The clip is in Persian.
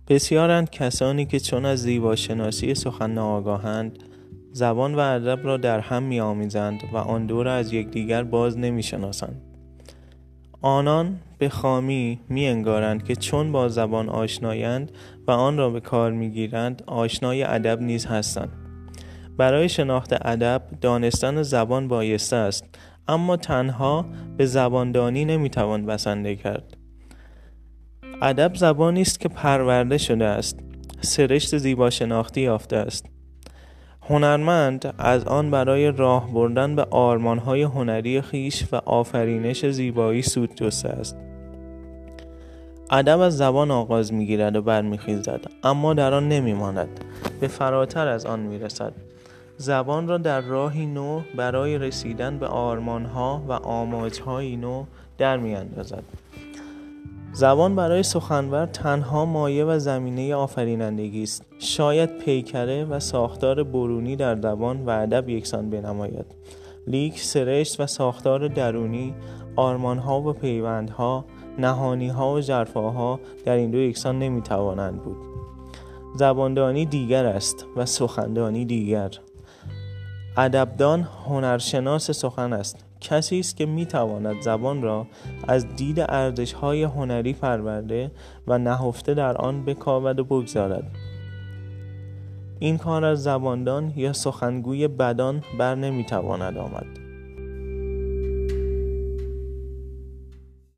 بسیارند کسانی که چون از زیباشناسی سخن ناآگاهند، زبان و ادب را در هم می‌آمیزند و آن دو را از یکدیگر باز نمی‌شناسند. آنان به خامی می‌انگارند که چون با زبان آشنایند و آن را به کار می‌گیرند، آشنای ادب نیز هستند. برای شناخت ادب دانستن زبان بایسته است، اما تنها به زباندانی نمی‌توان بسنده کرد. ادب زبانی است که پرورده شده است، سرشت زیبا شناختی یافته است. هنرمند از آن برای راه بردن به آرمان‌های هنری خویش و آفرینش زیبایی سود جسته است. ادب از زبان آغاز می‌گیرد و برمی‌خیزد، اما در آن نمی‌ماند، به فراتر از آن می‌رسد. زبان را در راهی نو برای رسیدن به آرمان‌ها و آماج‌های نو در می‌اندازد. زبان برای سخنور تنها مایه و زمینه آفرینندگی است. شاید پیکره و ساختار برونی در زبان و ادب یکسان بنماید، لیک سرشت و ساختار درونی، آرمان‌ها و پیوندها، نهانی‌ها و ژرفاها در این دو یکسان نمی‌توانند بود. زباندانی دیگر است و سخندانی دیگر. ادبدان هنرشناس سخن است، کسی است که میتواند زبان را از دید ارزش‌های هنری پرورده و نهفته در آن بکاود و بگذارد. این کار از زباندان یا سخنگوی بدان بر نمیتواند آمد.